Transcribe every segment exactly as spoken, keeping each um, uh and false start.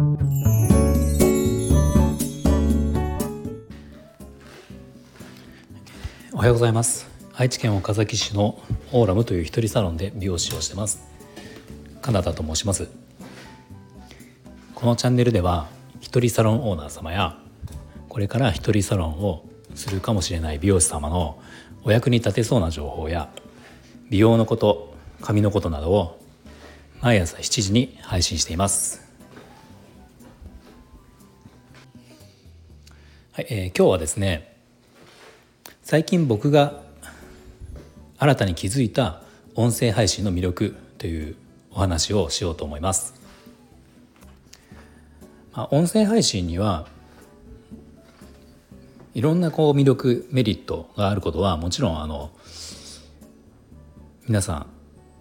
おはようございます。愛知県岡崎市のオーラムという一人サロンで美容師をしてます。カナダと申します。このチャンネルでは一人サロンオーナー様やこれから一人サロンをするかもしれない美容師様のお役に立てそうな情報や美容のこと、髪のことなどを毎朝しちじに配信しています。はい、えー、今日はですね、最近僕が新たに気づいた音声配信の魅力というお話をしようと思います。まあ、音声配信にはいろんなこう魅力メリットがあることはもちろんあの皆さん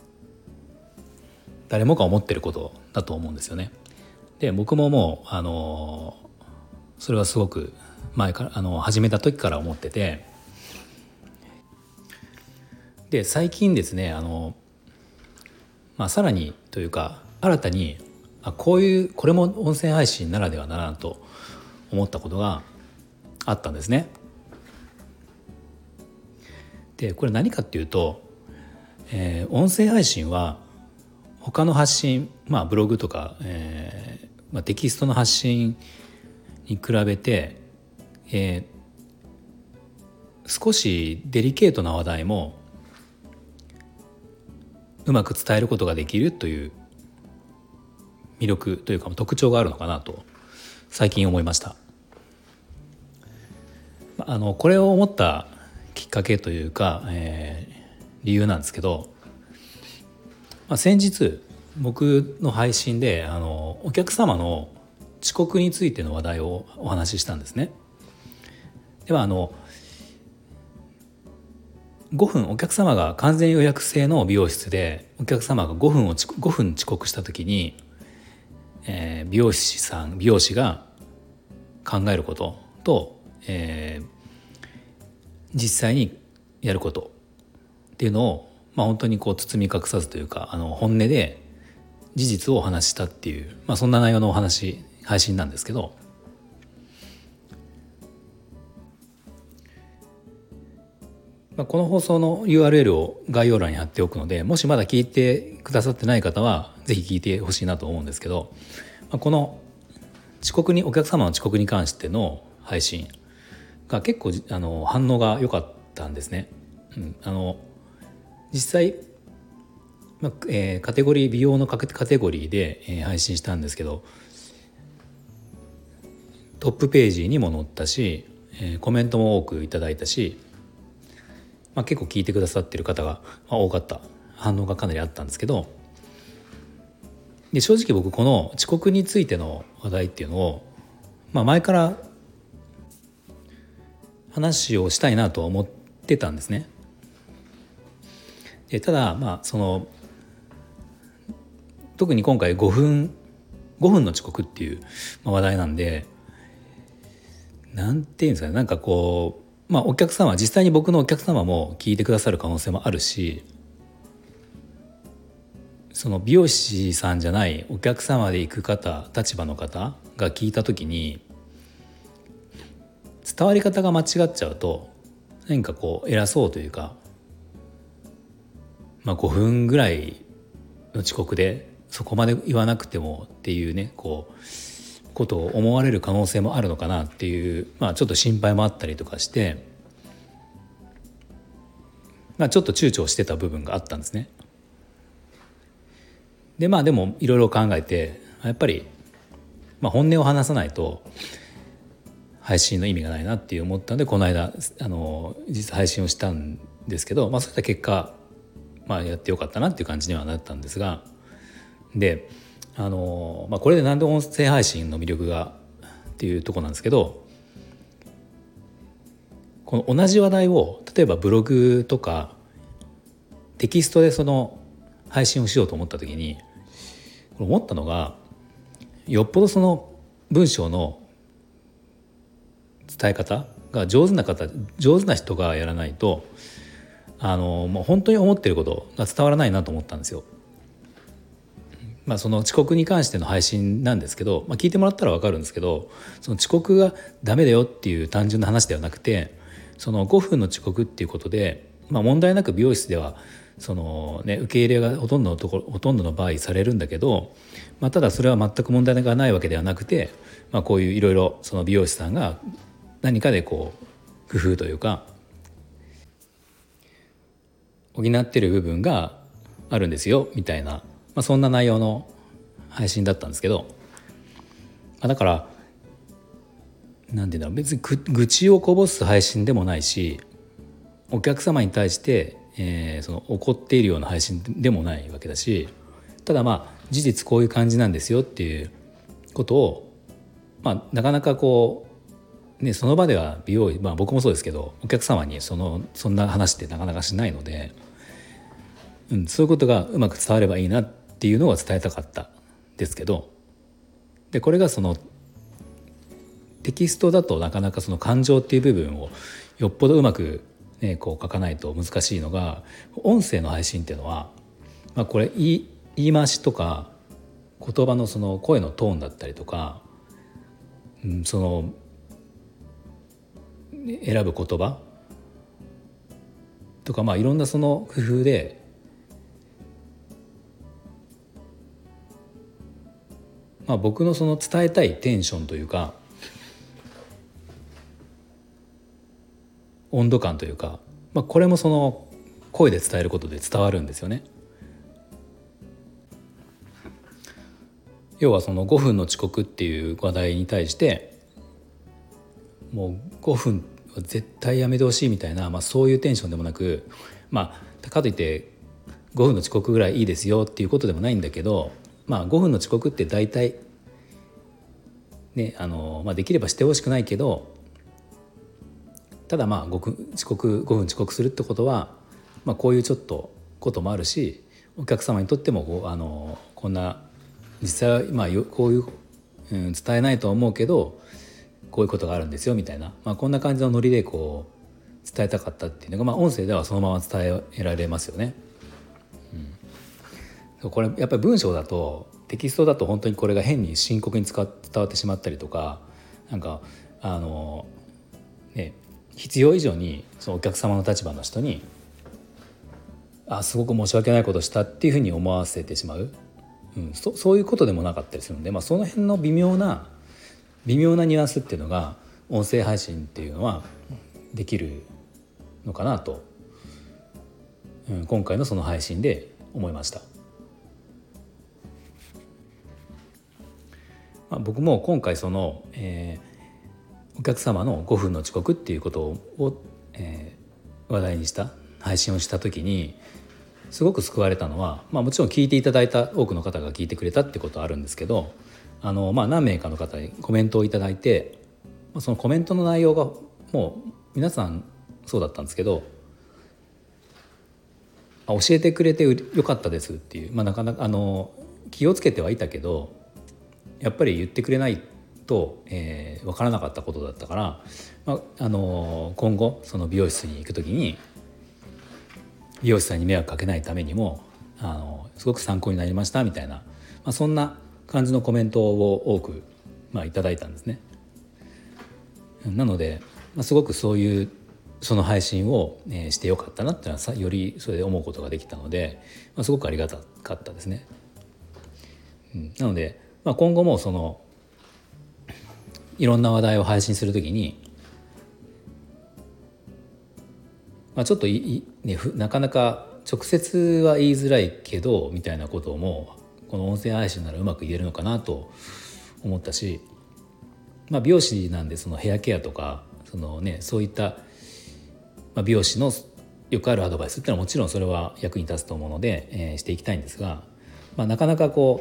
誰もが思っていることだと思うんですよね。で僕ももうあのそれはすごく前からあの始めた時から思ってて、で最近ですねあの、まあ、さらにというか新たにあこういうこれも音声配信ならではだなと思ったことがあったんですね。でこれ何かっていうと、えー、音声配信は他の発信、まあ、ブログとか、えーまあ、テキストの発信に比べて、えー、少しデリケートな話題もうまく伝えることができるという魅力というか特徴があるのかなと最近思いました。あのこれを思ったきっかけというか、えー、理由なんですけど、まあ、先日僕の配信であのお客様の遅刻についての話題をお話ししたんですね。ではあのごふんお客様が完全予約制の美容室でお客様がごふんをごふん遅刻した時に、えー、美容師さん美容師が考えることと、えー、実際にやることっていうのを、まあ、本当にこう包み隠さずというかあの本音で事実をお話ししたっていう、まあ、そんな内容のお話配信なんですけど、まあ、この放送の ユーアールエル を概要欄に貼っておくので、もしまだ聞いてくださってない方はぜひ聞いてほしいなと思うんですけど、まあ、この遅刻にお客様の遅刻に関しての配信が結構あの反応が良かったんですね。うん、あの実際、まあえー、カテゴリー美容のカテゴリーで、えー、配信したんですけど、トップページにも載ったし、えー、コメントも多くいただいたし、まあ、結構聞いてくださってる方が、まあ、多かった、反応がかなりあったんですけど、で正直僕この遅刻についての話題っていうのを、まあ、前から話をしたいなとは思ってたんですね。でただまあその特に今回ごふんごふんの遅刻っていう話題なんで、なんていうんですかね、なんかこうまあお客様実際に僕のお客様も聞いてくださる可能性もあるし、その美容師さんじゃないお客様で行く方立場の方が聞いた時に伝わり方が間違っちゃうと何かこう偉そうというか、まあ、ごふんぐらいの遅刻でそこまで言わなくてもっていうねこうことを思われる可能性もあるのかなっていう、まあ、ちょっと心配もあったりとかして、まあ、ちょっと躊躇してた部分があったんですね。でまあでもいろいろ考えてやっぱり、まあ、本音を話さないと配信の意味がないなって思ったのでこの間あの実際配信をしたんですけど、まあ、そういった結果、まあ、やってよかったなっていう感じにはなったんですが、であの、まあ、これでなんで音声配信の魅力がっていうところなんですけど、この同じ話題を例えばブログとかテキストでその配信をしようと思った時に思ったのが、よっぽどその文章の伝え方が上手な方上手な人がやらないとあのもう本当に思っていることが伝わらないなと思ったんですよ。 まあ、その遅刻に関しての配信なんですけど、まあ、聞いてもらったら分かるんですけど、その遅刻がダメだよっていう単純な話ではなくて、そのごふんの遅刻っていうことで、まあ、問題なく美容室ではその、ね、受け入れがほとんどのところほとんどの場合されるんだけど、まあ、ただそれは全く問題がないわけではなくて、まあ、こういういろいろその美容師さんが何かでこう工夫というか補ってる部分があるんですよみたいな、まあ、そんな内容の配信だったんですけど、まあ、だからなんていうんだろう、別に愚痴をこぼす配信でもないし、お客様に対して、えー、その怒っているような配信でもないわけだし、ただまあ事実こういう感じなんですよっていうことを、まあ、なかなかこう、ね、その場では美容、まあ、僕もそうですけどお客様にそのそんな話ってなかなかしないので、うん、そういうことがうまく伝わればいいなっていうのは伝えたかったですけど、でこれがそのテキストだとなかなかその感情っていう部分をよっぽどうまく、ね、こう書かないと難しいのが、音声の配信っていうのは、まあ、これ言い、言い回しとか言葉のその声のトーンだったりとか、うん、その選ぶ言葉とか、まあいろんなその工夫でまあ僕のその伝えたいテンションというか温度感というか、まあ、これもその声で伝えることで伝わるんですよね。要はそのごふんの遅刻っていう話題に対してもうごふんは絶対やめてほしいみたいな、まあ、そういうテンションでもなく、まあかといってごふんの遅刻ぐらいいいですよっていうことでもないんだけど、まあ、ごふんの遅刻って大体ね、あの、まあ、できればしてほしくないけど、ただまあごふん遅刻ごふん遅刻するってことは、まあ、こういうちょっとこともあるし、お客様にとってもこうあのこんな実際はまあこういう、うん、伝えないとは思うけどこういうことがあるんですよみたいな、まあ、こんな感じのノリでこう伝えたかったっていうのが、まあ、音声ではそのまま伝えられますよね。うん、これやっぱり文章だとテキストだと本当にこれが変に深刻に伝わってしまったりとか、なんかあのね必要以上にそのお客様の立場の人にあすごく申し訳ないことしたっていうふうに思わせてしまう、うん、そ, そういうことでもなかったりするので、まあ、その辺の微妙な微妙なニュアンスっていうのが音声配信っていうのはできるのかなと、うん、今回のその配信で思いました。まあ、僕も今回その、えー、お客様のごふんの遅刻っていうことを、えー、話題にした配信をした時にすごく救われたのは、まあ、もちろん聞いていただいた多くの方が聞いてくれたってことはあるんですけど、あの、まあ、何名かの方にコメントをいただいて、そのコメントの内容がもう皆さんそうだったんですけど、教えてくれてよかったですっていう、まあ、なかなかあの気をつけてはいたけどやっぱり言ってくれないと、えー、分からなかったことだったから、まあ、あの今後その美容室に行く時に美容師さんに迷惑かけないためにもあのすごく参考になりましたみたいな、まあ、そんな感じのコメントを多く、まあ、いただいたんですね。なので、まあ、すごくそういうその配信を、えー、してよかったなっていうのはよりそれで思うことができたので、まあ、すごくありがたかったですね。うん、なので、まあ、今後もそのいろんな話題を配信するときに、まあ、ちょっとい、ね、なかなか直接は言いづらいけどみたいなこともこの音声配信ならうまく言えるのかなと思ったし、まあ、美容師なんでそのヘアケアとかその、ね、そういった、まあ、美容師のよくあるアドバイスっていうのはもちろんそれは役に立つと思うので、えー、していきたいんですが、まあ、なかなかこ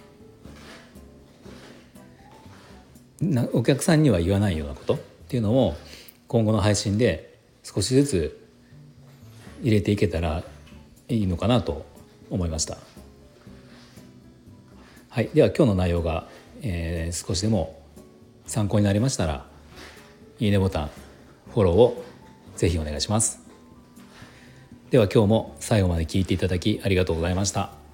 うなお客さんには言わないようなことっていうのを今後の配信で少しずつ入れていけたらいいのかなと思いました。はい、では今日の内容が、えー、少しでも参考になりましたらいいねボタンフォローをぜひお願いします。では今日も最後まで聞いていただきありがとうございました。